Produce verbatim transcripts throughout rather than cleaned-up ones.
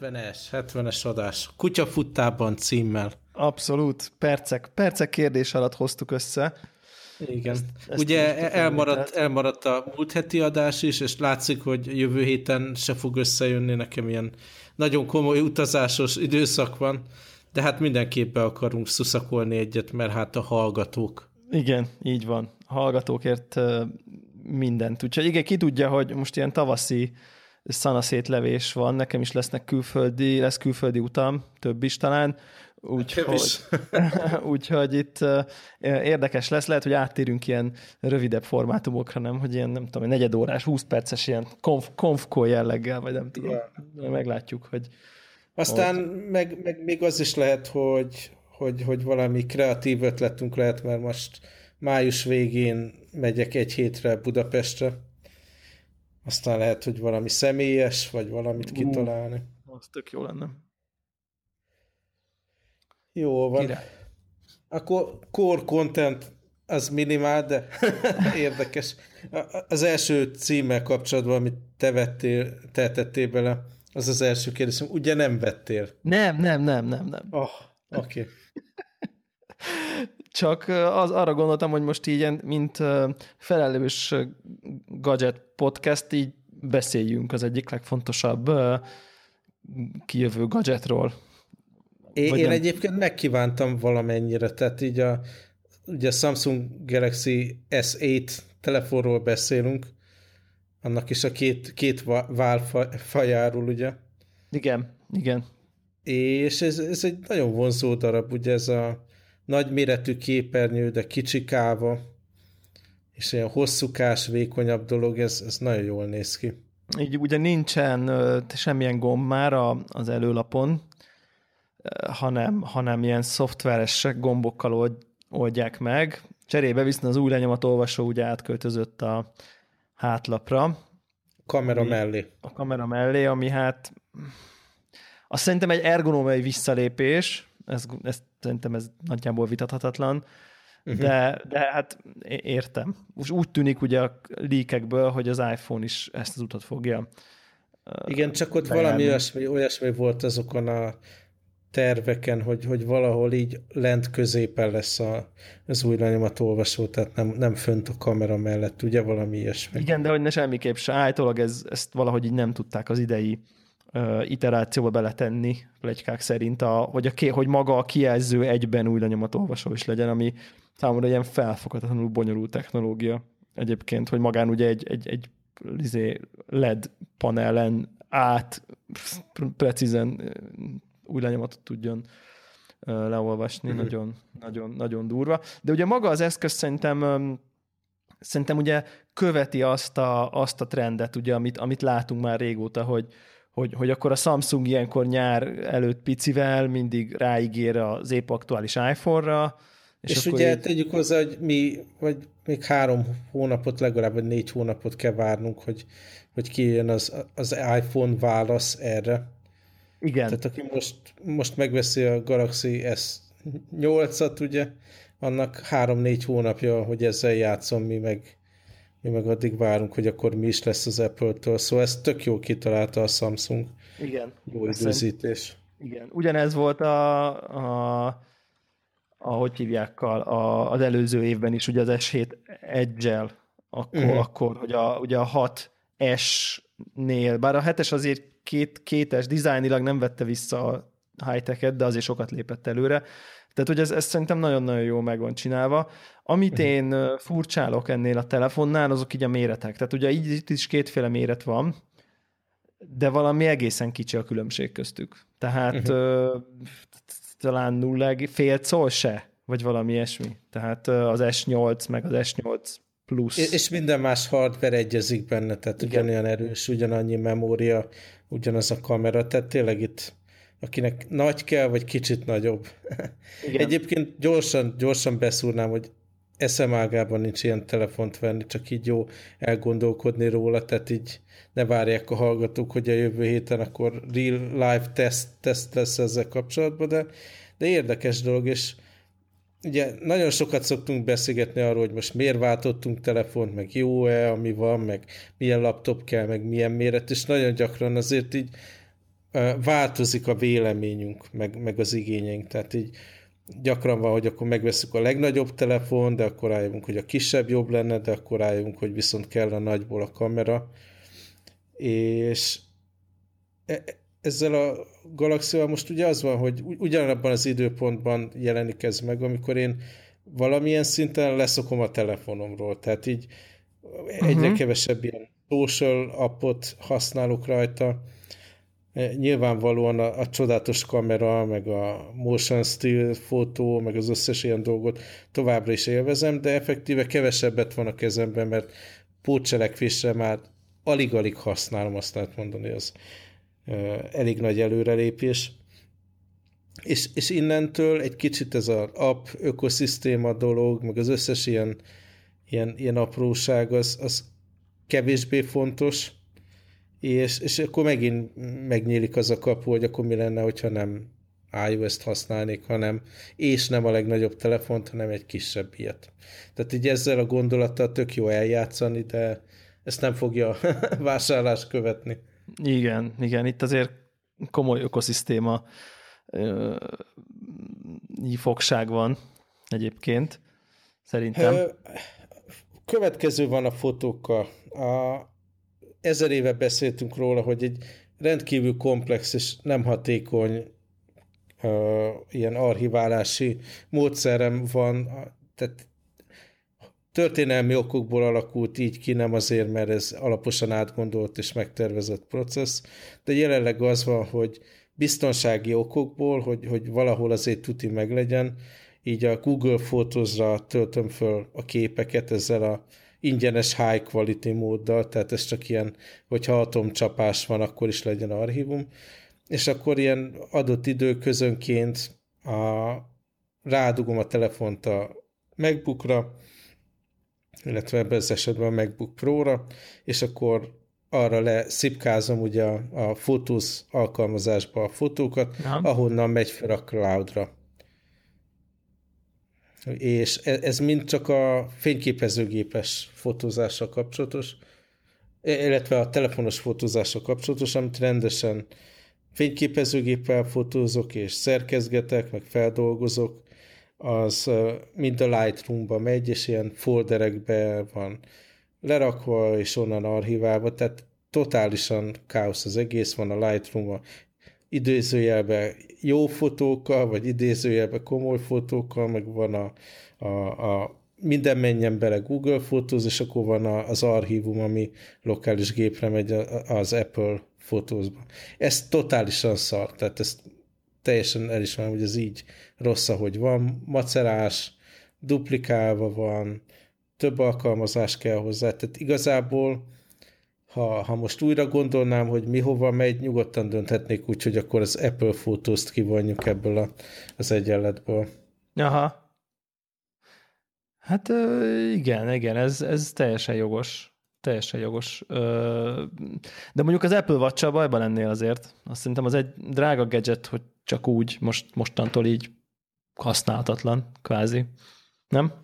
hetvenes, hetvenes adás. Kutyafuttában címmel. Abszolút. Percek, percek kérdés alatt hoztuk össze. Igen. Ezt, ezt Ugye elmaradt, elmaradt a múlt heti adás is, és látszik, hogy jövő héten se fog összejönni, nekem ilyen nagyon komoly utazásos időszak van, de hát mindenképpen akarunk szuszakolni egyet, mert hát a hallgatók. Igen, így van. A hallgatókért mindent. Úgyhogy igen, ki tudja, hogy most ilyen tavaszi szanaszétlevés van, nekem is lesznek külföldi, lesz külföldi utam, több is talán, úgyhogy, úgyhogy itt érdekes lesz, lehet, hogy áttérünk ilyen rövidebb formátumokra, nem, hogy ilyen, nem tudom, negyedórás, húsz perces ilyen konf, konfkó jelleggel, vagy nem tudom, ja. Meglátjuk, hogy... Aztán meg, meg még az is lehet, hogy, hogy, hogy valami kreatív ötletünk lehet, mert most május végén megyek egy hétre Budapestre, aztán lehet, hogy valami személyes, vagy valamit uh, kitalálni. Az tök jó lenne. Jó van. Király. Akkor core content az minimál, de érdekes. Az első címmel kapcsolatban, amit te vettél, te tettél bele, az az első kérdésem. Ugye nem vettél? Nem, nem, nem, nem, nem. Oh, oké. Okay. Csak az, arra gondoltam, hogy most így, mint felelős gadget podcast, így beszéljünk az egyik legfontosabb kijövő gadgetról. Én, én egyébként megkívántam valamennyire, tehát így a, ugye a Samsung Galaxy S nyolc telefonról beszélünk, annak is a két, két válfajáról, ugye? Igen, igen. És ez, ez egy nagyon vonzó darab, ugye ez a nagyméretű képernyő, de kicsikáva, és ilyen hosszúkás, vékonyabb dolog, ez, ez nagyon jól néz ki. Így ugye nincsen uh, semmilyen gomb már a, az előlapon, uh, hanem, hanem ilyen szoftveres gombokkal old, oldják meg. Cserébe viszont az új lenyomatolvasó ugye átköltözött a hátlapra. A kamera ami, mellé. A kamera mellé, ami hát azt szerintem egy ergonómiai visszalépés, ez, ez, szerintem ez nagyjából vitathatatlan, uh-huh. de, de hát értem. Most úgy tűnik ugye a líkekből, hogy az iPhone is ezt az utat fogja. Igen, csak ott bejárni. Valami olyasmi, olyasmi volt azokon a terveken, hogy, hogy valahol így lent középen lesz a, az új lenyomatolvasó, tehát nem, nem fönt a kamera mellett, ugye valami ilyesmi. Igen, de hogy ne semmiképp se. Állítólag ez, ezt valahogy így nem tudták az idei uh, iterációba beletenni, pletykák szerint, a, hogy, a, hogy maga a kijelző egyben új lenyomatolvasó is legyen, ami számomra ilyen felfoghatatlanul bonyolult technológia egyébként, hogy magán ugye egy, egy, egy el é dé panelen át precízen új lenyomatot tudjon uh, leolvasni, uh-huh. nagyon, nagyon, nagyon durva. De ugye maga az eszköz szerintem, um, szerintem ugye követi azt a, azt a trendet, ugye, amit, amit látunk már régóta, hogy, hogy, hogy akkor a Samsung ilyenkor nyár előtt picivel mindig ráígér az épp aktuális iPhone-ra. És, és ugye így... tegyük hozzá, hogy mi, vagy még három hónapot, legalább vagy négy hónapot kell várnunk, hogy, hogy kijön az, az iPhone válasz erre. Igen. Tehát aki most, most megveszi a Galaxy S nyolcat, ugye, annak három-négy hónapja, hogy ezzel játszom, mi meg, mi meg addig várunk, hogy akkor mi is lesz az Apple-től. Szóval ezt tök jól kitalálta a Samsung. Igen. Jó időzítés. Igen. Ugyanez volt a, a, a hogy hívjákkal, a, az előző évben is, ugye az S hét Edge-el, akkor, uh-huh. akkor hogy a, ugye a hat S-nél, bár a hetes azért két, kétes dizájnilag nem vette vissza a high-tech-et, de azért sokat lépett előre. Tehát, hogy ez, ez szerintem nagyon-nagyon jól meg van csinálva. Amit uh-huh. én furcsálok ennél a telefonnál, azok így a méretek. Tehát ugye így itt is kétféle méret van, de valami egészen kicsi a különbség köztük. Tehát uh-huh. ö, talán nulla fél szól se, vagy valami ilyesmi. Tehát az S nyolc meg az S nyolc plusz. És minden más hardware egyezik benne, tehát igen. Ugyanolyan erős, ugyanannyi memória, ugyanaz a kamera, tehát tényleg itt akinek nagy kell, vagy kicsit nagyobb. Igen. Egyébként gyorsan, gyorsan beszúrnám, hogy eszem ágában nincs ilyen telefont venni, csak így jó elgondolkodni róla, tehát így ne várják a hallgatók, hogy a jövő héten akkor real life test, test lesz ezzel kapcsolatban, de, de érdekes dolog, és ugye nagyon sokat szoktunk beszélgetni arról, hogy most miért váltottunk telefont, meg jó-e, ami van, meg milyen laptop kell, meg milyen méret, és nagyon gyakran azért így változik a véleményünk, meg, meg az igényeink. Tehát így gyakran van, hogy akkor megveszünk a legnagyobb telefon, de akkor rájövünk, hogy a kisebb jobb lenne, de akkor rájövünk, hogy viszont kell a nagyból a kamera. És ezzel a Galaxival most ugye az van, hogy ugyanabban az időpontban jelenik ez meg, amikor én valamilyen szinten leszokom a telefonomról. Tehát így egyre uh-huh. kevesebb ilyen social appot használok rajta. Nyilvánvalóan a, a csodálatos kamera, meg a motion still fotó, meg az összes ilyen dolgot továbbra is élvezem, de effektíve kevesebbet van a kezemben, mert pótcselekvésre már alig-alig használom, azt lehet mondani, az elég nagy előrelépés. És, és innentől egy kicsit ez az app, ökoszisztéma dolog, meg az összes ilyen, ilyen, ilyen apróság, az, az kevésbé fontos, és, és akkor megint megnyílik az a kapu, hogy akkor mi lenne, hogyha nem iOS-t használnék, hanem, és nem a legnagyobb telefont, hanem egy kisebb ilyet. Tehát így ezzel a gondolattal tök jó eljátszani, de ezt nem fogja vásárlás követni. Igen, igen, itt azért komoly ökoszisztéma fogság van egyébként, szerintem. Következő van a fotókkal. A, ezer éve beszéltünk róla, hogy egy rendkívül komplex és nem hatékony uh, ilyen archiválási módszerem van, tehát történelmi okokból alakult így ki, nem azért, mert ez alaposan átgondolt és megtervezett processz, de jelenleg az van, hogy biztonsági okokból, hogy, hogy valahol azért tuti meglegyen, így a Google Photosra töltöm föl a képeket ezzel a ingyenes high quality móddal, tehát ez csak ilyen, hogyha atomcsapás van, akkor is legyen archívum, és akkor ilyen adott időközönként a, rádugom a telefont a MacBookra, illetve ebben az esetben a MacBook Pro-ra, és akkor arra leszipkázom ugye a, a Photos alkalmazásba a fotókat, ja. ahonnan megy fel a cloudra. És ez mind csak a fényképezőgépes fotózással kapcsolatos, illetve a telefonos fotózással kapcsolatos, amit rendesen fényképezőgéppel fotózok, és szerkezgetek, meg feldolgozok, az mind a Lightroom-ba megy, és ilyen folderekbe van lerakva, és onnan archiválva, tehát totálisan káosz az egész, van a Lightroom-ba idézőjelben jó fotókkal, vagy idézőjelben komoly fotókkal, meg van a, a, a minden menjen bele Google Photos, és akkor van a, az archívum, ami lokális gépre megy az Apple Photosba. Ez totálisan szar, tehát ezt teljesen elismerem, hogy ez így rossz, ahogy van, macerás, duplikálva van, több alkalmazás kell hozzá, tehát igazából Ha, ha most újra gondolnám, hogy mi hova megy, nyugodtan dönthetnék úgy, hogy akkor az Apple Photos-t kivonjuk ebből a, az egyenletből. Aha. Hát igen, igen, ez, ez teljesen jogos. Teljesen jogos. De mondjuk az Apple Watch-sal bajban lennél azért. Azt szerintem az egy drága gadget, hogy csak úgy most, mostantól így használhatatlan, kvázi. Nem?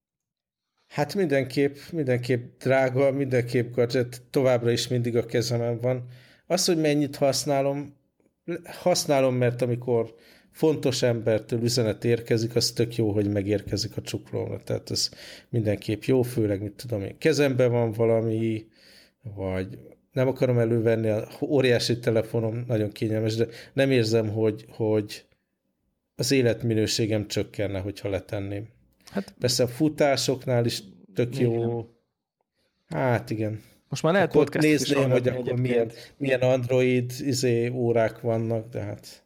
Hát mindenképp, mindenképp drága, mindenképp gadget, továbbra is mindig a kezemen van. Az, hogy mennyit használom, használom, mert amikor fontos embertől üzenet érkezik, az tök jó, hogy megérkezik a csuklómra. Tehát ez mindenképp jó, főleg, mit tudom én, kezemben van valami, vagy nem akarom elővenni, a óriási telefonom nagyon kényelmes, de nem érzem, hogy, hogy az életminőségem csökkenne, hogyha letenném. Hát, persze a futásoknál is tök jó. Igen. Hát igen. Most már lehet akkor nézném, hogy akkor milyen, milyen Android izé, órák vannak, de hát...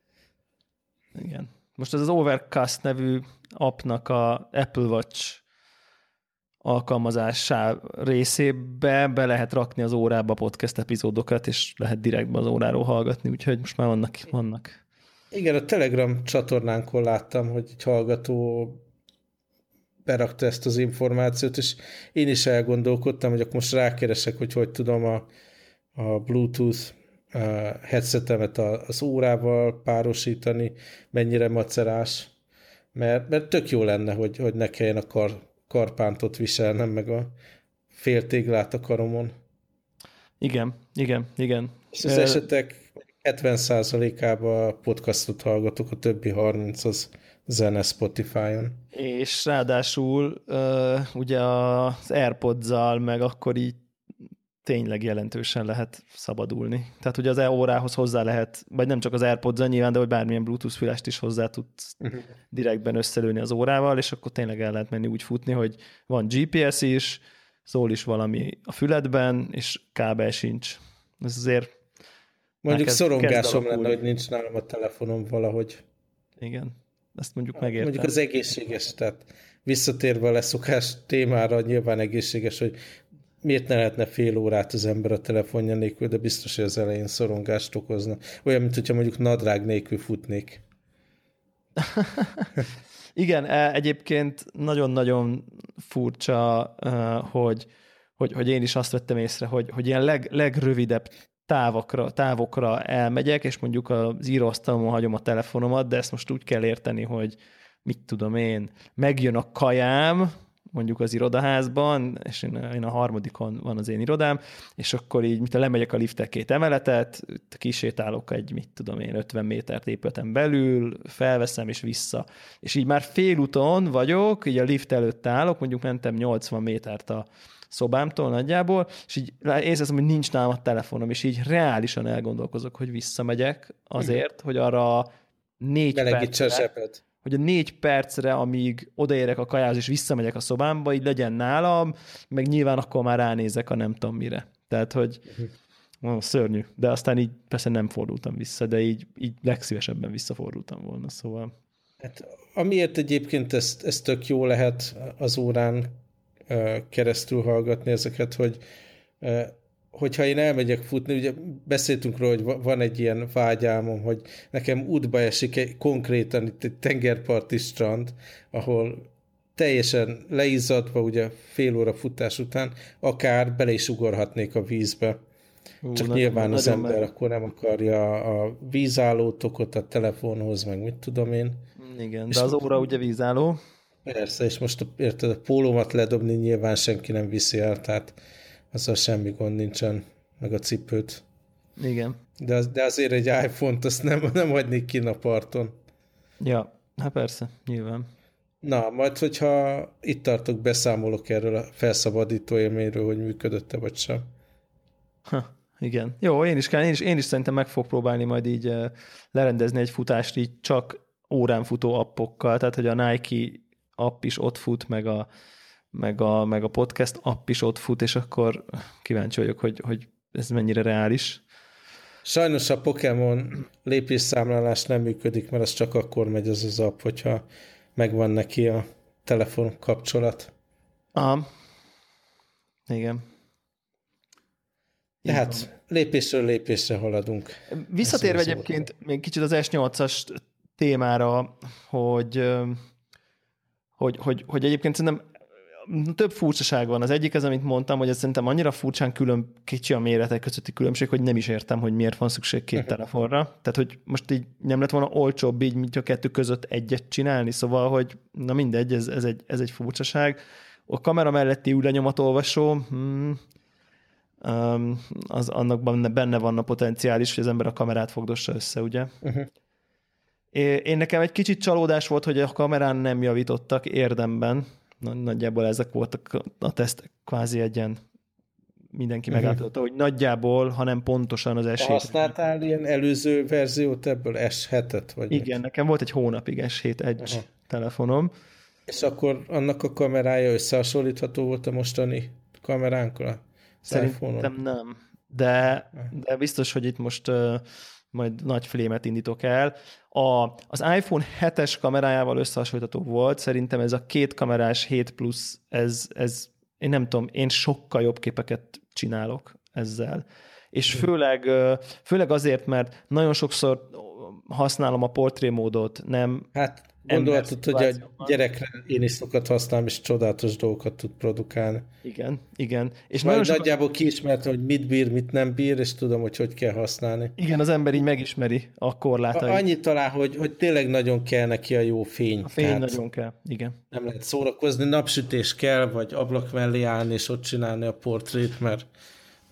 Igen. Most ez az Overcast nevű appnak a Apple Watch alkalmazásá részébe be lehet rakni az órába podcast epizódokat, és lehet direktben az óráról hallgatni, úgyhogy most már vannak. vannak. Igen, a Telegram csatornánkon láttam, hogy egy hallgató berakta ezt az információt, és én is elgondolkodtam, hogy akkor most rákeresek, hogy hogy tudom a, a Bluetooth a headsetemet az órával párosítani, mennyire macerás, mert, mert tök jó lenne, hogy, hogy ne kelljen a kar, karpántot viselnem, meg a féltéglát a karomon. Igen, igen, igen. És az esetek hetven százalékában podcastot hallgatok, a többi harminc az zene Spotify-on. És ráadásul uh, ugye az AirPods-zal meg akkor így tényleg jelentősen lehet szabadulni. Tehát ugye az órához hozzá lehet, vagy nem csak az AirPods-zal nyilván, de hogy bármilyen Bluetooth fülest is hozzá tudsz uh-huh. direktben összelőni az órával, és akkor tényleg el lehet menni úgy futni, hogy van gé pé es is, szól is valami a füledben, és kábel sincs. Ez azért... Mondjuk kezd, szorongásom kezd lenne, hogy nincs nálam a telefonom valahogy. Igen, ezt mondjuk megértem. Mondjuk az egészséges, tehát visszatérve a leszokás témára, nyilván egészséges, hogy miért ne lehetne fél órát az ember a telefonja nélkül, de biztos, hogy az elején szorongást okozna. Olyan, mint hogyha mondjuk nadrág nélkül futnék. Igen, egyébként nagyon-nagyon furcsa, hogy, hogy, hogy én is azt vettem észre, hogy, hogy ilyen leg, legrövidebb távokra, távokra elmegyek, és mondjuk az íróasztalomon hagyom a telefonomat, de ezt most úgy kell érteni, hogy mit tudom én, megjön a kajám, mondjuk az irodaházban, és én, én a harmadikon van az én irodám, és akkor így, mint lemegyek a liftek két emeletet, kisétálok egy, mit tudom én, ötven métert épületen belül, felveszem és vissza. És így már félúton vagyok, így a lift előtt állok, mondjuk mentem nyolcvan métert a szobámtól nagyjából, és így érzem, hogy nincs nálam a telefonom, és így reálisan elgondolkozok, hogy visszamegyek azért, hogy arra négy percre, hogy a négy percre, amíg odaérek a kajához, és visszamegyek a szobámba, így legyen nálam, meg nyilván akkor már ránézek a nem tudom mire. Tehát, hogy uh-huh. szörnyű. De aztán így persze nem fordultam vissza, de így, így legszívesebben visszafordultam volna, szóval. Hát, amiért egyébként ez, ez tök jó lehet az órán uh, keresztül hallgatni ezeket, hogy uh, hogyha én elmegyek futni, ugye beszéltünk róla, hogy van egy ilyen vágyálmom, hogy nekem útba esik egy, konkrétan itt egy tengerparti strand, ahol teljesen leizzadva, ugye fél óra futás után, akár bele is ugorhatnék a vízbe. Ú, Csak nagyon, nyilván az ember meg... akkor nem akarja a vízállótokot a telefonhoz, meg mit tudom én. Igen, és de az óra ugye vízálló. Persze, és most érted, a pólómat ledobni nyilván senki nem viszi el, tehát azzal semmi gond nincsen, meg a cipőt. Igen. De, az, de azért egy iPhone-t azt nem, nem hagynék ki a parton. Ja, hát persze, nyilván. Na, majd, hogyha itt tartok, beszámolok erről a felszabadító élményről, hogy működött-e vagy sem. Ha, igen. Jó, én is, kell, én is, én is szerintem meg fog próbálni majd így uh, lerendezni egy futást így csak órán futó appokkal, tehát hogy a Nike app is ott fut, meg a Meg a, meg a podcast app is ott fut, és akkor kíváncsi vagyok, hogy, hogy ez mennyire reális. Sajnos a Pokémon lépésszámlálás nem működik, mert az csak akkor megy az az app, hogyha megvan neki a telefon kapcsolat. Aha. Igen. Tehát lépésről lépésre haladunk. Visszatérve egyébként még kicsit az es nyolcas témára, hogy, hogy, hogy, hogy egyébként szerintem több furcsaság van. Az egyik az, amit mondtam, hogy ez szerintem annyira furcsán külön kicsi a méretek közötti különbség, hogy nem is értem, hogy miért van szükség két uh-huh. telefonra. Tehát, hogy most így nem lett volna olcsóbb így, mint a kettő között egyet csinálni, szóval, hogy na mindegy, ez, ez, egy, ez egy furcsaság. A kamera melletti új lenyomatolvasó, hmm, um, az, annak benne, benne van a potenciális, hogy az ember a kamerát fogdossa össze, ugye? Uh-huh. Én nekem egy kicsit csalódás volt, hogy a kamerán nem javítottak érdemben. Nagyjából ezek voltak a tesztek, kvázi egy ilyen mindenki uh-huh. megállapította, hogy nagyjából, hanem pontosan az es hét. Használtál ilyen előző verziót ebből, es hetet? Vagy igen, mit? Nekem volt egy hónapig es hét Edge uh-huh. telefonom. És akkor annak a kamerája összehasonlítható volt a mostani kameránkkal? Szerintem nem, de, de biztos, hogy itt most uh, majd nagy flémet indítok el. A, az iPhone hetes kamerájával összehasonlítható volt, szerintem ez a két kamerás hét plusz, ez, ez, én nem tudom, én sokkal jobb képeket csinálok ezzel. És főleg, főleg azért, mert nagyon sokszor használom a portrémódot, nem... Hát gondolhatod, hogy a gyerekre én is szokat használom, és csodálatos dolgokat tud produkálni. Igen, igen. És majd nagyjából sokat... kiismertem, hogy mit bír, mit nem bír, és tudom, hogy hogy kell használni. Igen, az ember így megismeri a korlátait. Annyit talán, hogy, hogy tényleg nagyon kell neki a jó fény. A fény nagyon kell, igen. Nem lehet szórakozni, napsütés kell, vagy ablak mellé állni, és ott csinálni a portrét, mert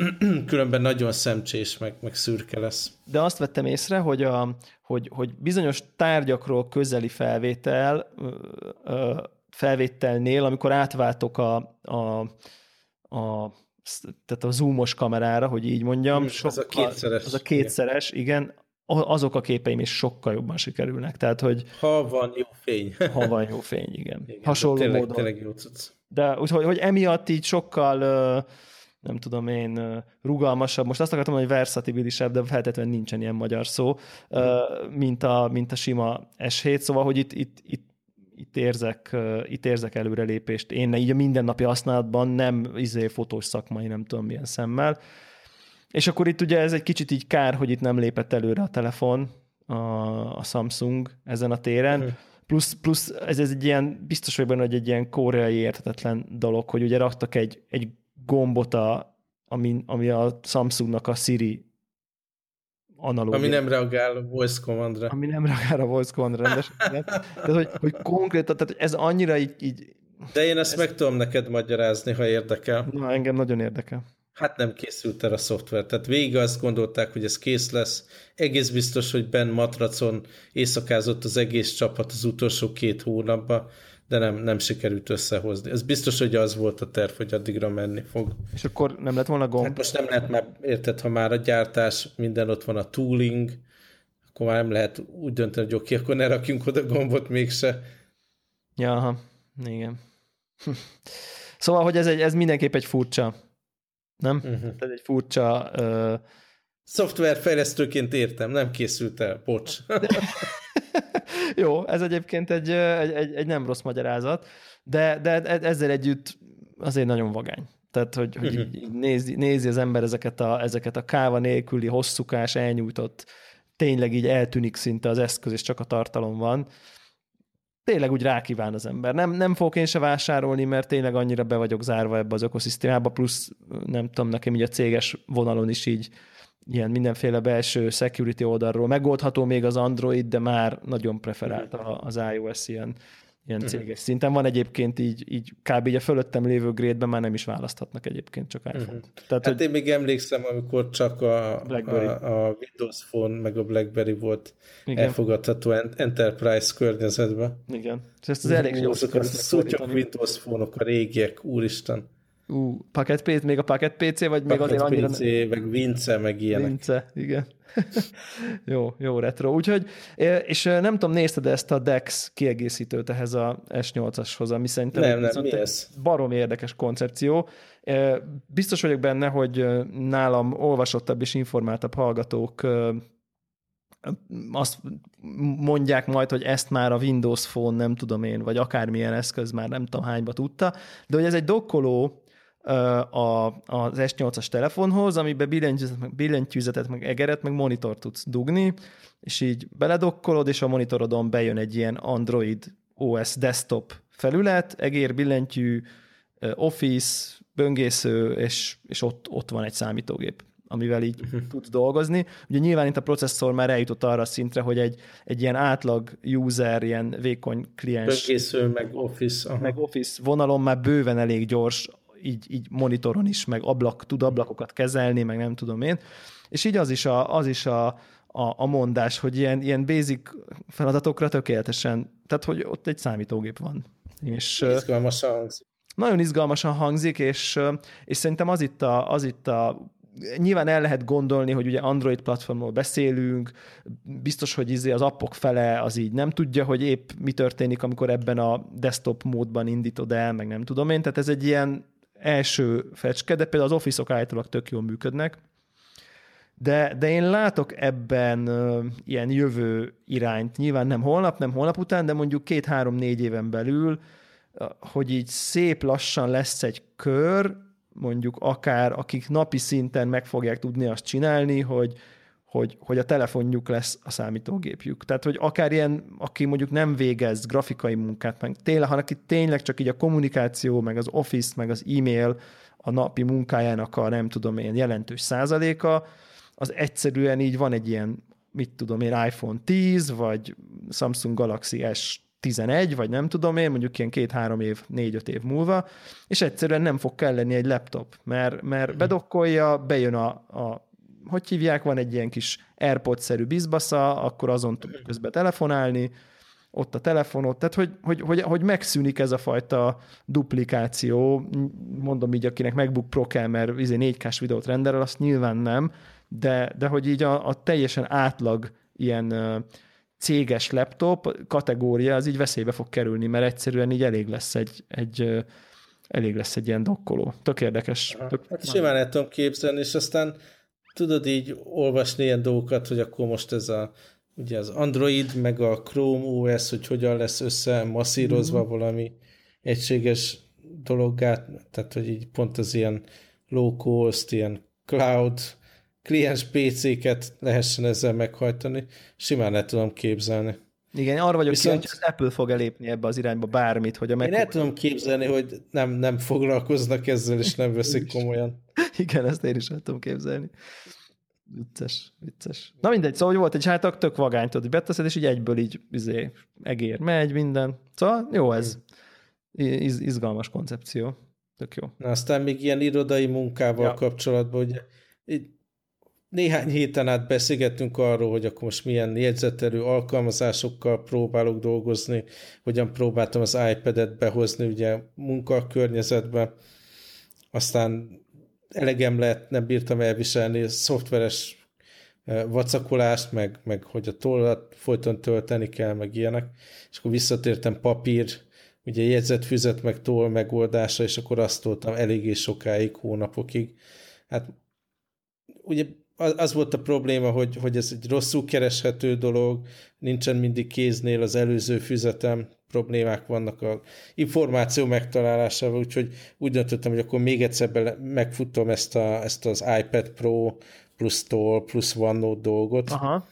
különben nagyon szemcsés, meg, meg szürke lesz. De azt vettem észre, hogy, a, hogy, hogy bizonyos tárgyakról közeli felvétel, felvételnél, amikor átváltok a, a, a, tehát a zoomos kamerára, hogy így mondjam, sokkal, az a kétszeres. Az a kétszeres, igen. igen, azok a képeim is sokkal jobban sikerülnek. Tehát, hogy ha van jó fény. ha van jó fény, igen. igen Hasonló tényleg, módon. Tényleg jó cucc. De úgyhogy hogy emiatt így sokkal, nem tudom én, rugalmasabb, most azt akartam, hogy versatibilisebb, de feltétlenül nincsen ilyen magyar szó, mint a, mint a sima es hét, szóval, hogy itt, itt, itt Itt érzek, itt érzek előrelépést. Én így a mindennapi használatban nem izé fotós szakmai, nem tudom milyen szemmel. És akkor itt ugye ez egy kicsit így kár, hogy itt nem lépett előre a telefon, a, a Samsung ezen a téren. Uh-huh. Plusz, plusz ez, ez egy ilyen, biztos vagyok benne, hogy egy ilyen koreai érthetetlen dolog, hogy ugye raktak egy, egy gombot, a, ami, ami a Samsungnak a Siri analógia. Ami nem reagál a voice commandra. Ami nem reagál a voice commandra rendesen. Tehát, hogy, hogy konkrétan, tehát ez annyira így... így de én ezt ez... meg tudom neked magyarázni, ha érdekel. Na, engem nagyon érdekel. Hát nem készült el a szoftver. Tehát végig azt gondolták, hogy ez kész lesz. Egész biztos, hogy Ben matracon éjszakázott az egész csapat az utolsó két hónapban, de nem, nem sikerült összehozni. Ez biztos, hogy az volt a terv, hogy addigra menni fog. És akkor nem lett volna gomb? Hát most nem lehet már, érted, ha már a gyártás, minden ott van a tooling, akkor már nem lehet úgy dönteni, hogy oké, akkor ne rakjunk oda gombot mégse. Ja, aha. Igen. Szóval, hogy ez, egy, ez mindenképp egy furcsa, nem? Uh-huh. Ez egy furcsa... Uh... Szoftverfejlesztőként értem, nem készült el, bocs. Jó, ez egyébként egy, egy, egy, egy nem rossz magyarázat, de, de ezzel együtt azért nagyon vagány. Tehát, hogy, hogy uh-huh. nézi, nézi az ember ezeket a, ezeket a káva nélküli, hosszúkás, elnyújtott, tényleg így eltűnik szinte az eszköz, és csak a tartalom van. Tényleg úgy rákíván az ember. Nem, nem fogok én se vásárolni, mert tényleg annyira be vagyok zárva ebbe az ökoszisztémába, plusz nem tudom, nekem így a céges vonalon is így ilyen mindenféle belső security oldalról megoldható még az Android, de már nagyon preferált az iOS ilyen, ilyen céges uh-huh. szinten. Van egyébként így, így kb. Így a fölöttem lévő grade-ben már nem is választhatnak egyébként, csak iPhone-t. Uh-huh. Tehát, hát hogy... én még emlékszem, amikor csak a, a, a Windows Phone meg a BlackBerry volt igen. elfogadható Enterprise környezetben. Igen. És ezt az elég jó a szutyok Windows Phone-ok, a régiek, úristen. Ú, Pocket pé cé, még a Pocket pé cé, vagy még Pocket azért annyira... pé cé, meg Vince, meg ilyenek. Vince, igen. jó, jó retro. Úgyhogy, és nem tudom, nézted ezt a Dex kiegészítőt ehhez a es nyolcashoz, ami szerintem nem, nem, mi ez? barom érdekes koncepció. Biztos vagyok benne, hogy nálam olvasottabb és informáltabb hallgatók azt mondják majd, hogy ezt már a Windows Phone, nem tudom én, vagy akármilyen eszköz már nem tudom hányba tudta, de hogy ez egy dokkoló a, az es nyolcas telefonhoz, amiben billentyűzetet, meg, billentyűzetet, meg egeret, meg monitort tudsz dugni, és így beledokkolod, és a monitorodon bejön egy ilyen Android o es desktop felület, egér, billentyű, Office, böngésző, és, és ott, ott van egy számítógép, amivel így uh-huh. tudsz dolgozni. Ugye nyilván itt a processzor már eljutott arra a szintre, hogy egy, egy ilyen átlag user, ilyen vékony kliens. Böngésző, meg Office. Aha. Meg Office vonalon már bőven elég gyors, így, így monitoron is, meg ablak, tud ablakokat kezelni, meg nem tudom én. És így az is a, az is a, a, a mondás, hogy ilyen, ilyen basic feladatokra tökéletesen, tehát hogy ott egy számítógép van. És, izgalmasan hangzik. Nagyon izgalmasan hangzik, és, és szerintem az itt a, az itt a nyilván el lehet gondolni, hogy ugye Android platformról beszélünk, biztos, hogy izé az appok fele az így nem tudja, hogy épp mi történik, amikor ebben a desktop módban indítod el, meg nem tudom én, tehát ez egy ilyen első fecske, de például az Office-ok általában tök jól működnek, de, de én látok ebben uh, ilyen jövő irányt, nyilván nem holnap, nem holnap után, de mondjuk két-három-négy éven belül, uh, hogy így szép lassan lesz egy kör, mondjuk akár akik napi szinten meg fogják tudni azt csinálni, hogy, hogy, hogy a telefonjuk lesz a számítógépjük. Tehát, hogy akár ilyen, aki mondjuk nem végez grafikai munkát, meg tényleg, hanem aki tényleg csak így a kommunikáció, meg az Office, meg az e-mail a napi munkájának a nem tudom én jelentős százaléka, az egyszerűen így van egy ilyen, mit tudom én, iPhone tíz, vagy Samsung Galaxy S tizenegy, vagy nem tudom én, mondjuk ilyen két-három év, négy-öt év múlva, és egyszerűen nem fog kelleni egy laptop, mert, mert bedokkolja, bejön a, a, hogy hívják, van egy ilyen kis AirPod-szerű bizbasza, akkor azon tud közben telefonálni, ott a telefonot, tehát hogy, hogy, hogy, hogy megszűnik ez a fajta duplikáció, mondom így, akinek MacBook Pro kell, mert izé négy kás videót renderel, azt nyilván nem, de, de hogy így a, a teljesen átlag ilyen uh, céges laptop kategória, az így veszélybe fog kerülni, mert egyszerűen így elég lesz egy, egy uh, elég lesz egy ilyen dokkoló. Tök érdekes. Tök... Hát simán el tudom képzelni, és aztán tudod így olvasni ilyen dolgokat, hogy akkor most ez a ugye az Android, meg a Chrome o es, hogy hogyan lesz össze masszírozva mm-hmm. valami egységes dologgá, tehát hogy így pont az ilyen low cost, ilyen cloud, kliens pé céket lehessen ezzel meghajtani, simán el tudom képzelni. Igen, arra vagyok Viszont... kíváncsi, hogy az Apple fog elépni ebbe az irányba bármit, hogy a Mac... Én el tudom képzelni, hogy nem, nem foglalkoznak ezzel, és nem veszik komolyan. Igen, ezt én is el tudom képzelni. Vicces, vicces. Na mindegy, szóval volt egy hátak, tök vagány, tudod, hogy beteszed, és így egyből így izé, egér, megy, minden. Szóval jó ez. Iz, izgalmas koncepció. Tök jó. Na aztán még ilyen irodai munkával ja. kapcsolatban, ugye így néhány héten át beszélgettünk arról, hogy akkor most milyen jegyzetelő alkalmazásokkal próbálok dolgozni, hogyan próbáltam az iPad-et behozni ugye munkakörnyezetbe. Aztán elegem lett, nem bírtam elviselni szoftveres vacakolást, meg, meg hogy a tollat folyton tölteni kell, meg ilyenek, és akkor visszatértem papír, ugye jegyzetfüzet, meg toll megoldása, és akkor azt toltam eléggé sokáig, hónapokig. Hát ugye az volt a probléma, hogy, hogy ez egy rosszul kereshető dolog, nincsen mindig kéznél az előző füzetem, problémák vannak a információ megtalálásával, úgyhogy úgy döntöttem, hogy akkor még egyszer megfutom ezt, a, ezt az iPad Pro plusz toll plusz OneNote dolgot. Aha.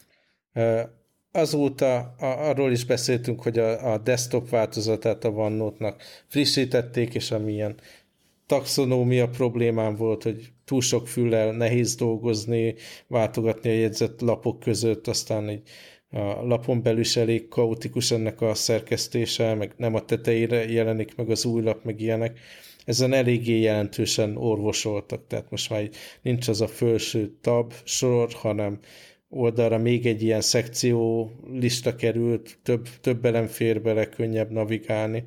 Azóta a, arról is beszéltünk, hogy a, a desktop változatát a OneNote-nak frissítették, és amilyen taxonómia problémám volt, hogy túl sok füllel nehéz dolgozni, váltogatni a jegyzett lapok között, aztán egy a lapon belül is elég kaotikus ennek a szerkesztése, meg nem a tetejére jelenik meg az új lap, meg ilyenek. Ezen eléggé jelentősen orvosoltak, tehát most már nincs az a felső tab sor, hanem oldalra még egy ilyen szekció lista került, több, több elem fér bele, könnyebb navigálni,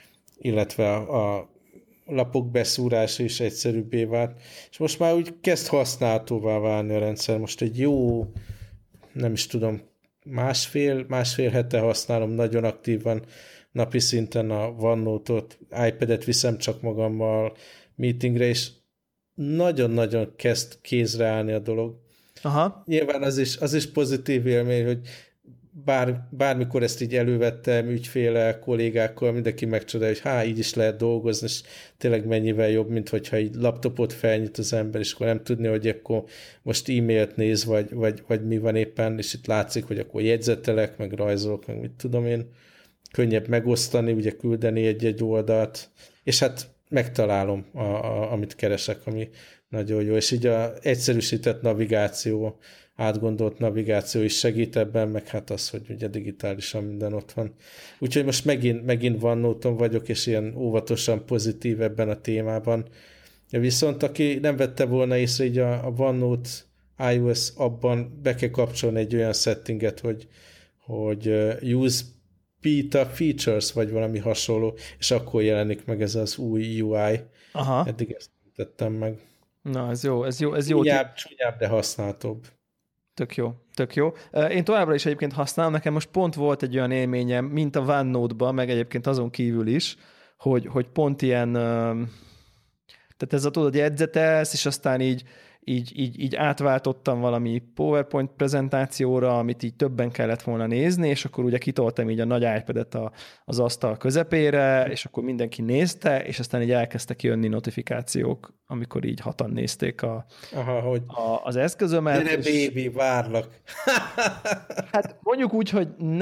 illetve a, a lapok beszúrása is egyszerűbbé vált, és most már úgy kezd használhatóvá válni a rendszer. Most egy jó, nem is tudom, másfél, másfél hete használom nagyon aktívan napi szinten a OneNote-ot, iPad-et viszem csak magammal meetingre, és nagyon-nagyon kezd kézre állni a dolog. Aha. Nyilván az is, az is pozitív élmény, hogy bár, bármikor ezt így elővettem ügyféle, kollégákkal, mindenki megcsodálja, hogy há, így is lehet dolgozni, és tényleg mennyivel jobb, mint hogyha egy laptopot felnyit az ember, és akkor nem tudni, hogy akkor most e-mailt néz, vagy, vagy, vagy mi van éppen, és itt látszik, hogy akkor jegyzetelek, meg rajzolok, meg mit tudom én, könnyebb megosztani, ugye küldeni egy-egy oldalt, és hát megtalálom, a, a, amit keresek, ami nagyon jó, és így a egyszerűsített navigáció, átgondolt navigáció is segít ebben, meg hát az, hogy ugye digitálisan minden ott van. Úgyhogy most megint, megint OneNote-on vagyok, és ilyen óvatosan pozitív ebben a témában. Viszont aki nem vette volna észre, így a, a OneNote iOS abban be kell kapcsolni egy olyan settinget, hogy, hogy use beta features, vagy valami hasonló, és akkor jelenik meg ez az új u i. Aha. Eddig ezt tettem meg. Na, ez jó, ez jó. Ez jó. Csúnyább, csúnyább, de használhatóbb. Tök jó, tök jó. Én továbbra is egyébként használom, nekem most pont volt egy olyan élményem, mint a OneNote-ban, meg egyébként azon kívül is, hogy, hogy pont ilyen, tehát ez a tudod, jegyzetelsz, és aztán így, így, így, így átváltottam valami PowerPoint prezentációra, amit így többen kellett volna nézni, és akkor ugye kitoltam így a nagy iPad-et a, az asztal közepére, és akkor mindenki nézte, és aztán így elkezdtek jönni notifikációk, amikor így hatan nézték a, Aha, hogy a, az eszközömet. Gyere, és... baby, várlak. Hát mondjuk úgy, hogy ne,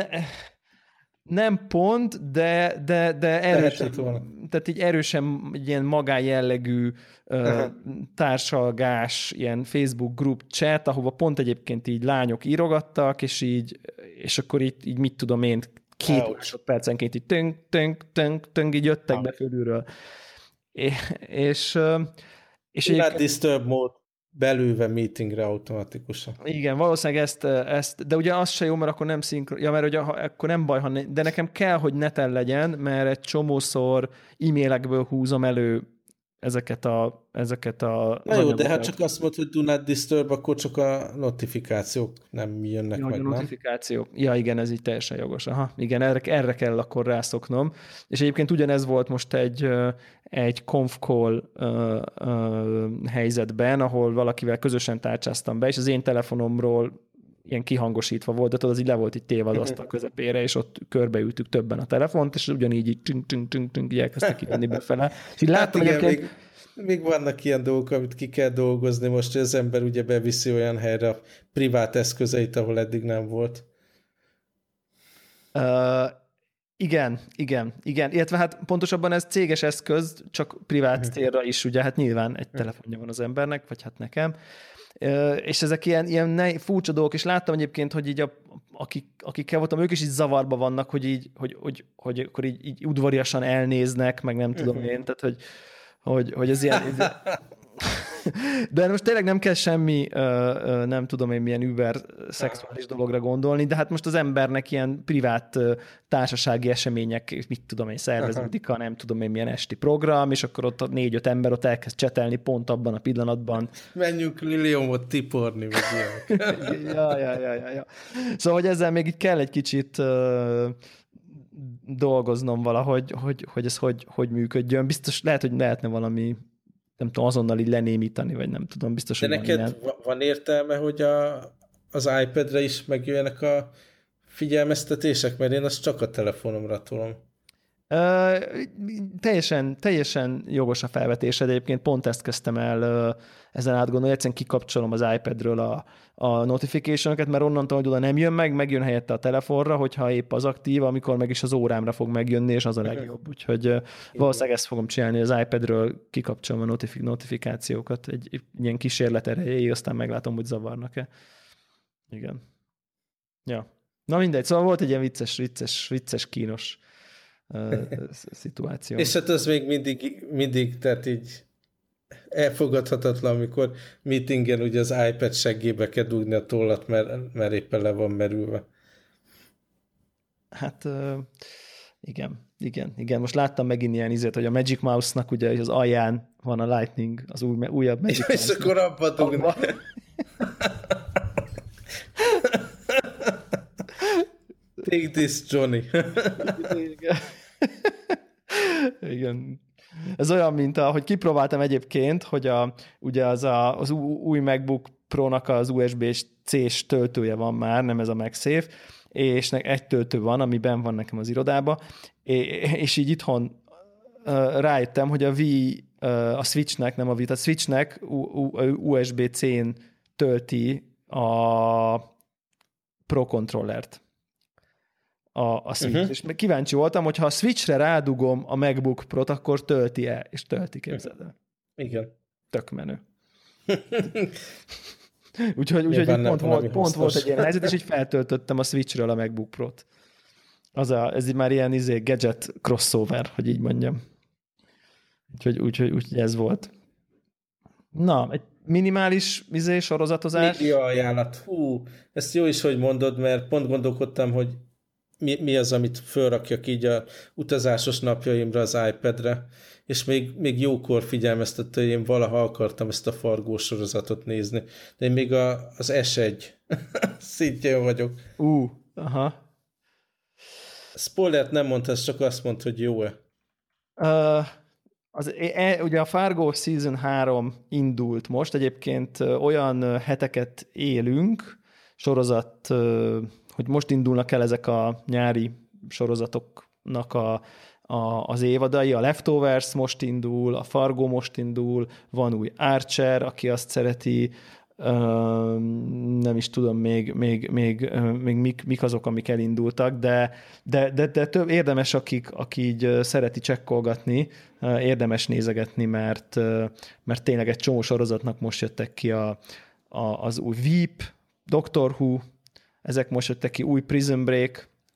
nem pont, de, de, de erősen, tehát így erősen egy ilyen magánjellegű uh, társalgás, ilyen Facebook group chat, ahova pont egyébként így lányok írogattak, és így, és akkor így, így mit tudom én, két Ouch. másodpercenként így tönk, tönk, tönk, tönk, így jöttek Ouch. be fölülről. É, és és Not disturb mód belülve meetingre automatikusan. Igen, valószínűleg ezt, ezt, de ugye az se jó, mert akkor nem szinkron, ja, mert ugye akkor nem baj, ha ne, de nekem kell, hogy neten legyen, mert egy csomószor e-mailekből húzom elő ezeket a ezeket a Na jó, de hát csak azt mondod, hogy do not disturb, akkor csak a notifikációk nem jönnek ja, meg, a nem? notifikációk. Ja, igen, ez így teljesen jogos. Aha, igen, erre, erre kell akkor rászoknom. És egyébként ugyanez volt most egy, egy conf call uh, uh, helyzetben, ahol valakivel közösen tárcsáztam be, és az én telefonomról ilyen kihangosítva volt, de tudod, az így le volt így téve az asztal közepére, és ott körbeültük többen a telefont, és ugyanígy így csünk, csünk, csünk, csünk, így elkezdtek kijönni befele. És így láttam, hát igen, egyébként... még, még vannak ilyen dolgok, amit ki kell dolgozni most, hogy az ember ugye beviszi olyan helyre a privát eszközeit, ahol eddig nem volt. Uh, igen, igen, igen. Illetve hát pontosabban ez céges eszköz, csak privát uh-huh. célra is, ugye hát nyilván egy uh-huh. telefonja van az embernek, vagy hát nekem. És ezek ilyen, ilyen ne, furcsa dolgok, és láttam egyébként, hogy így a, akik, akikkel voltam, ők is így zavarba vannak, hogy így, hogy, hogy, hogy akkor így, így udvariasan elnéznek, meg nem tudom én, tehát hogy, hogy, hogy ez ilyen... Ez, de most tényleg nem kell semmi, nem tudom én, milyen über szexuális dologra gondolni, de hát most az embernek ilyen privát társasági események, mit tudom én, szerveződik a nem tudom én, milyen esti program, és akkor ott a négy-öt ember ott elkezd csetelni pont abban a pillanatban. Menjünk Liliomot tiporni, vagy ilyen. ja, ja, ja, ja, ja. Szóval, hogy ezzel még így kell egy kicsit uh, dolgoznom valahogy, hogy, hogy ez hogy, hogy működjön. Biztos lehet, hogy lehetne valami nem tudom, azonnal így lenémítani, vagy nem tudom, biztos, de hogy neked van, van, van értelme, hogy a, az iPad-re is megjöjjenek a figyelmeztetések, mert én azt csak a telefonomra tolom. Uh, teljesen, teljesen jogos a felvetésed, egyébként pont ezt kezdtem el uh, ezen átgondolni, egyszerűen kikapcsolom az iPadről a, a notification-öket, mert onnantól, hogy oda nem jön meg, megjön helyette a telefonra, hogyha épp az aktív, amikor meg is az órámra fog megjönni, és az a legjobb. Úgyhogy uh, valószínűleg ezt fogom csinálni, az iPadről kikapcsolom a notifik- notifikációkat egy, egy ilyen kísérlet erejéig, aztán meglátom, hogy zavarnak-e. Igen. Ja. Na mindegy, szóval volt egy ilyen vicces, vicces, vicces, kínos szituáció. És hát az még mindig, mindig, tehát így elfogadhatatlan, amikor meetingen ugye az iPad seggébe kell dugni a tollat, mert, mert éppen le van merülve. Hát igen, igen, igen. Most láttam megint ilyen izét, hogy a Magic Mouse-nak ugye az alján van a Lightning, az új, újabb Magic Mouse. És akkor abba dugni. Abba. Take this, Johnny. Igen. Igen. Ez olyan, mint ahogy kipróbáltam egyébként, hogy a, ugye az, a, az új MacBook Pro-nak az u es bé C-s töltője van már, nem ez a MagSafe, és egy töltő van, ami benn van nekem az irodába, és így itthon rájöttem, hogy a V, a Switchnek, nem a V, a Switchnek u es bé C-n tölti a Pro controllert. A, a Switch. Uh-huh. És kíváncsi voltam, hogy ha a Switchre rádugom a MacBook Pro-t, akkor tölti el, és tölti, képzeld el. Igen. Tök menő. úgyhogy úgyhogy pont, volt, pont volt egy ilyen helyzet, és így feltöltöttem a Switchről a MacBook Pro-t. Az a, ez így már ilyen izé, gadget crossover, hogy így mondjam. Úgyhogy, úgyhogy, úgyhogy ez volt. Na, egy minimális izé, sorozatozás. Média ajánlat. Hú, ezt jó is, hogy mondod, mert pont gondolkodtam, hogy Mi, mi az, amit fölrakjak így a utazásos napjaimra az iPadre, és még, még jókor figyelmeztette, hogy én valaha akartam ezt a Fargo sorozatot nézni, de én még a, az es egy szintjén vagyok. Uh, aha. Spoilert nem mondhasz, csak azt mondd, hogy jó-e. Uh, az, e, ugye a Fargo Season három indult most, egyébként olyan heteket élünk, sorozat, hogy most indulnak el ezek a nyári sorozatoknak a, a, az évadai, a Leftovers most indul, a Fargo most indul, van új Archer, aki azt szereti, nem is tudom még, még, még, még mik, mik azok, amik elindultak, de, de, de, de több érdemes, akik, aki így szereti csekkolgatni, érdemes nézegetni, mert, mert tényleg egy csomó sorozatnak most jöttek ki a, a, az új Veep, Doctor Who, ezek most jöttek ki, új Prison Break,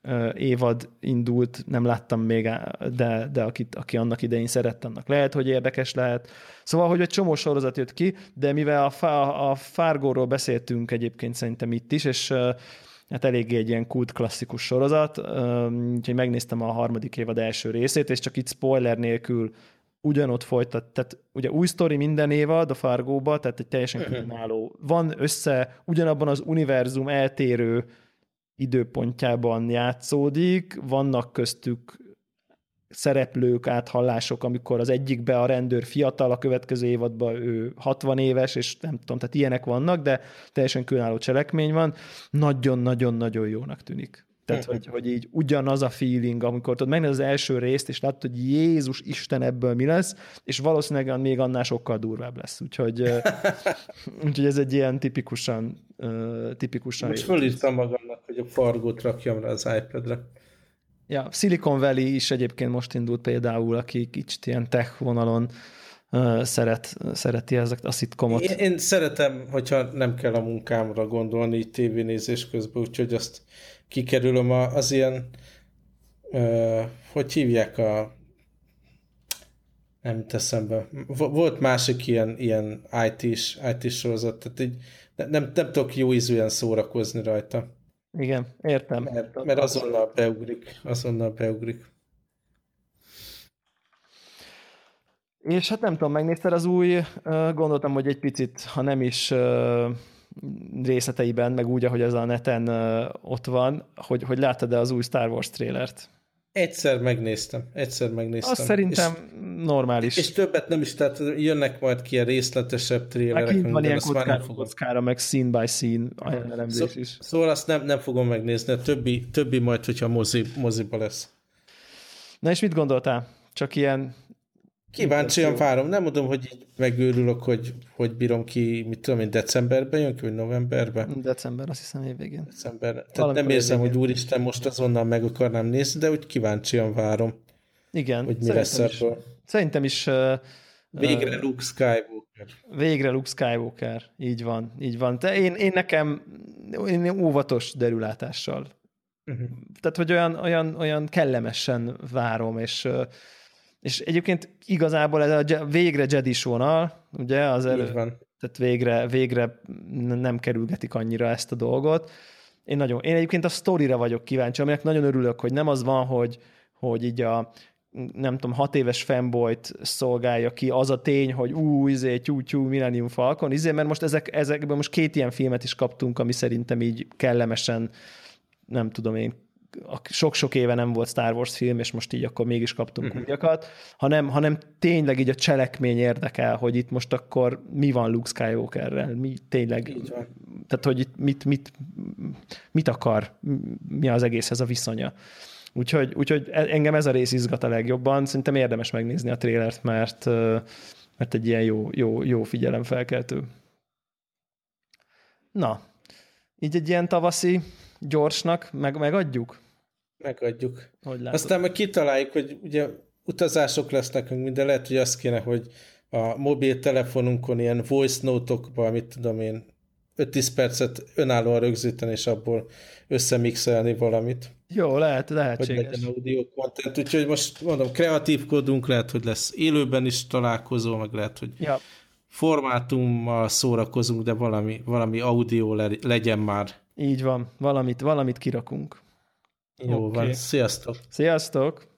évad indult, nem láttam még, de, de akit, aki annak idején szerett, annak lehet, hogy érdekes lehet. Szóval, hogy egy csomó sorozat jött ki, de mivel a, a Fargo-ról beszéltünk egyébként szerintem itt is, és hát eléggé egy ilyen kult klasszikus sorozat, úgyhogy megnéztem a harmadik évad első részét, és csak itt spoiler nélkül ugyanott folytat, tehát ugye új sztori minden évad a Fargóba, tehát egy teljesen különálló. Van össze, ugyanabban az univerzum eltérő időpontjában játszódik, vannak köztük szereplők, áthallások, amikor az egyikbe a rendőr fiatal, a következő évadban ő hatvan éves, és nem tudom, tehát ilyenek vannak, de teljesen különálló cselekmény van. Nagyon-nagyon-nagyon jónak tűnik. Tehát, hogy, hogy így ugyanaz a feeling, amikor tudod, megnézed az első részt, és látod, hogy Jézus Isten, ebből mi lesz, és valószínűleg még annál sokkal durvább lesz. Úgyhogy, úgyhogy ez egy ilyen tipikusan tipikusan... Most fölírtam magamnak, hogy a Fargót rakjam rá az iPad-re. Ja, Silicon Valley is egyébként most indult például, aki kicsit ilyen tech vonalon uh, szeret, szereti ezeket a szitkomot. Én, én szeretem, hogyha nem kell a munkámra gondolni így tévénézés közben, úgyhogy azt kikerülöm a, az ilyen, uh, hogy hívják a, nem teszem be, volt másik ilyen, ilyen í té-s, í té-s sorozat, tehát így nem, nem, nem tudok jó ízűen szórakozni rajta. Igen, értem. Mert, mert azonnal beugrik, azonnal beugrik. És hát nem tudom, megnézted az új, gondoltam, hogy egy picit, ha nem is részleteiben, meg úgy, ahogy ez a neten ott van, hogy, hogy láttad-e az új Star Wars trailert? Egyszer megnéztem, egyszer megnéztem. Azt szerintem és, normális. És többet nem is, tehát jönnek majd ki a részletesebb trailerek. Akint van ilyen kockára, kockára, meg scene by scene elemzés Szó, is. Szóval azt nem, nem fogom megnézni, a többi, többi majd, hogyha mozi, moziba lesz. Na és mit gondoltál? Csak ilyen... Kíváncsian várom. Nem mondom, hogy így megőrülök, hogy, hogy bírom ki, mit tudom én, decemberben jön ki, vagy novemberben? December, azt hiszem évvégén. December. Tehát valamikor nem érzem, hogy úristen, most azonnal meg akarnám nézni, de úgy kíváncsian várom. Igen. Hogy mi lesz ebből. Szerintem is... Uh, végre Luke Skywalker. Végre Luke Skywalker. Így van, így van. De én, én nekem én óvatos derülátással. Uh-huh. Tehát, hogy olyan, olyan, olyan kellemesen várom, és... És egyébként igazából ez a végre Jedis vonal, ugye, az elő, tehát végre, végre nem kerülgetik annyira ezt a dolgot. Én, nagyon, én egyébként a sztorira vagyok kíváncsi, aminek nagyon örülök, hogy nem az van, hogy, hogy így a nem tudom, hat éves fanboyt szolgálja ki az a tény, hogy ú, izé, tyú-tyú, Millennium Falcon, izé, mert most ezek, ezekben most két ilyen filmet is kaptunk, ami szerintem így kellemesen, nem tudom én, sok-sok éve nem volt Star Wars film, és most így akkor mégis kaptunk uh-huh. újakat, hanem, hanem tényleg így a cselekmény érdekel, hogy itt most akkor mi van Luke Skywalkerrel, mi tényleg, tehát hogy itt mit, mit, mit akar, mi az egészhez a viszonya. Úgyhogy, úgyhogy engem ez a rész izgat a legjobban, szerintem érdemes megnézni a trélert, mert, mert egy ilyen jó, jó, jó figyelemfelkeltő. Na, így egy ilyen tavaszi gyorsnak meg, megadjuk? Megadjuk. Aztán majd kitaláljuk, hogy ugye utazások lesznek, minden lehet, hogy azt kéne, hogy a mobiltelefonunkon ilyen voice note-okban, mit tudom én, öt-tíz percet önállóan rögzíteni, és abból összemixelni valamit. Jó, lehet, lehetséges. Hogy legyen audio content, úgyhogy most mondom, kreatívkodunk, lehet, hogy lesz élőben is találkozó, meg lehet, hogy ja. formátummal szórakozunk, de valami, valami audio le, legyen már. Így van, valamit, valamit kirakunk. Jó okay. van, sziasztok! Sziasztok!